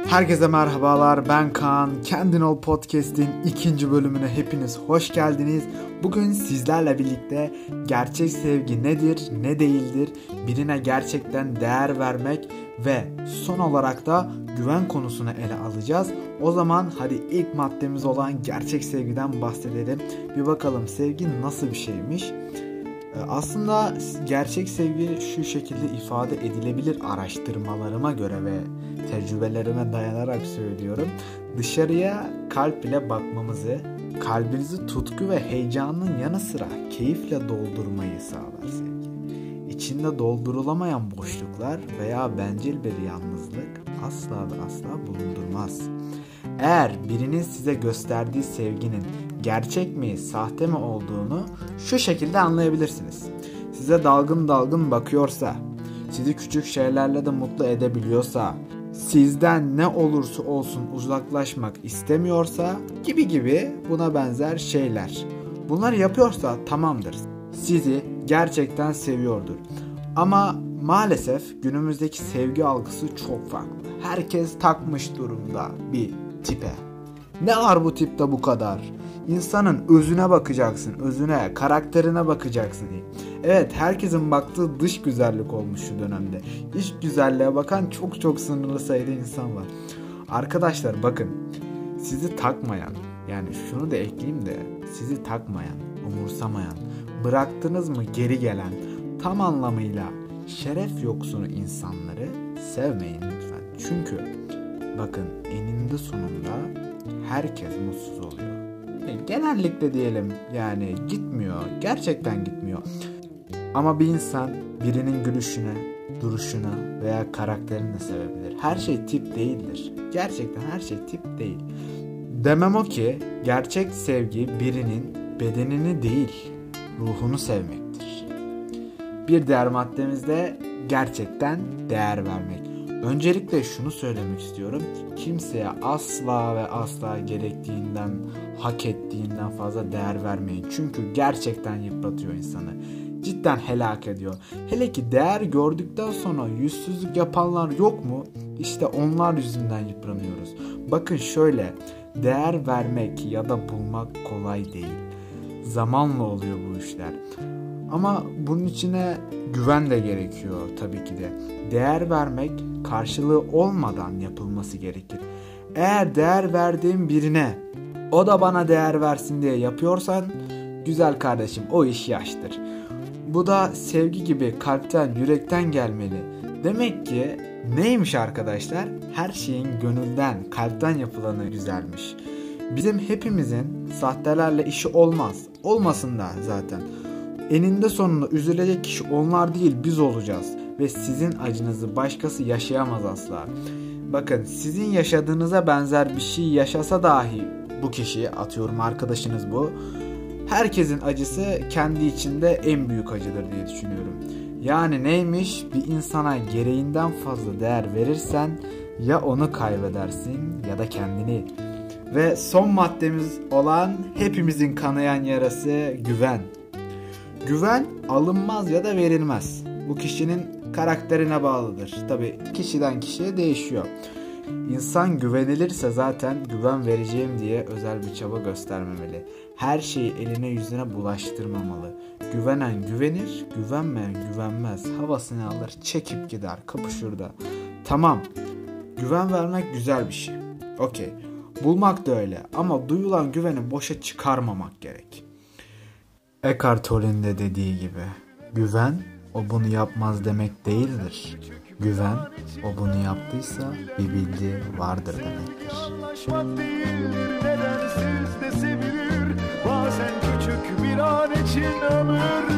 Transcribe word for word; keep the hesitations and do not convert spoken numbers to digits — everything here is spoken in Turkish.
Herkese merhabalar, ben Kaan. Kendin Ol Podcast'in ikinci bölümüne hepiniz hoş geldiniz. Bugün sizlerle birlikte gerçek sevgi nedir, ne değildir, birine gerçekten değer vermek ve son olarak da güven konusunu ele alacağız. O zaman hadi ilk maddemiz olan gerçek sevgiden bahsedelim. Bir bakalım sevgi nasıl bir şeymiş? Aslında gerçek sevgi şu şekilde ifade edilebilir araştırmalarıma göre ve tecrübelerime dayanarak söylüyorum. Dışarıya kalp ile bakmamızı, kalbinizi tutku ve heyecanın yanı sıra keyifle doldurmayı sağlar sevgi. İçinde doldurulamayan boşluklar veya bencil bir yalnızlık asla ve asla bulundurmaz. Eğer birinin size gösterdiği sevginin gerçek mi, sahte mi olduğunu şu şekilde anlayabilirsiniz. Size dalgın dalgın bakıyorsa, sizi küçük şeylerle de mutlu edebiliyorsa, sizden ne olursa olsun uzaklaşmak istemiyorsa gibi gibi buna benzer şeyler. Bunları yapıyorsa tamamdır. Sizi gerçekten seviyordur. Ama maalesef günümüzdeki sevgi algısı çok farklı. Herkes takmış durumda bir tipe. Ne var bu tipte bu kadar? İnsanın özüne bakacaksın, özüne, karakterine bakacaksın. Evet, herkesin baktığı dış güzellik olmuş şu dönemde. İç güzelliğe bakan çok çok sınırlı sayıda insan var. Arkadaşlar bakın, sizi takmayan, yani şunu da ekleyeyim de, sizi takmayan, umursamayan, bıraktınız mı geri gelen, tam anlamıyla şeref yoksunu insanları sevmeyin lütfen. Çünkü bakın eninde sonunda herkes mutsuz oluyor. Genellikle diyelim yani gitmiyor. Gerçekten gitmiyor. Ama bir insan birinin gülüşüne, duruşuna veya karakterini de sevebilir. Her şey tip değildir. Gerçekten her şey tip değil. Demem o ki gerçek sevgi birinin bedenini değil, ruhunu sevmektir. Bir diğer maddemiz de gerçekten değer vermek. Öncelikle şunu söylemek istiyorum. Kimseye asla ve asla gerektiğinden, hak ettiğinden fazla değer vermeyin. Çünkü gerçekten yıpratıyor insanı. Cidden helak ediyor. Hele ki değer gördükten sonra yüzsüzlük yapanlar yok mu? İşte onlar yüzünden yıpranıyoruz. Bakın şöyle, değer vermek ya da bulmak kolay değil. Zamanla oluyor bu işler. Ama bunun içine güven de gerekiyor tabii ki de. Değer vermek karşılığı olmadan yapılması gerekir. Eğer değer verdiğin birine o da bana değer versin diye yapıyorsan güzel kardeşim, o iş yaştır. Bu da sevgi gibi kalpten, yürekten gelmeli. Demek ki neymiş arkadaşlar? Her şeyin gönülden, kalpten yapılanı güzelmiş. Bizim hepimizin sahtelerle işi olmaz. Olmasın da zaten. Eninde sonunda üzülecek kişi onlar değil, biz olacağız. Ve sizin acınızı başkası yaşayamaz asla. Bakın, sizin yaşadığınıza benzer bir şey yaşasa dahi bu kişi, atıyorum arkadaşınız bu, herkesin acısı kendi içinde en büyük acıdır diye düşünüyorum. Yani neymiş? Bir insana gereğinden fazla değer verirsen ya onu kaybedersin ya da kendini. Ve son maddemiz olan hepimizin kanayan yarası güven. Güven alınmaz ya da verilmez. Bu kişinin karakterine bağlıdır. Tabii kişiden kişiye değişiyor. İnsan güvenilirse zaten güven vereceğim diye özel bir çaba göstermemeli. Her şeyi eline yüzüne bulaştırmamalı. Güvenen güvenir, güvenmeyen güvenmez. Havasını alır, çekip gider, kapışır da. Tamam, güven vermek güzel bir şey. Okey, bulmak da öyle ama duyulan güveni boşa çıkarmamak gerek. Eckhart Tolle'nin de dediği gibi, güven o bunu yapmaz demek değildir. Güven o bunu yaptıysa bir bildiği vardır demektir. Anlaşmak değildir, nedensiz de sevilir. Bazen küçük bir an için alır.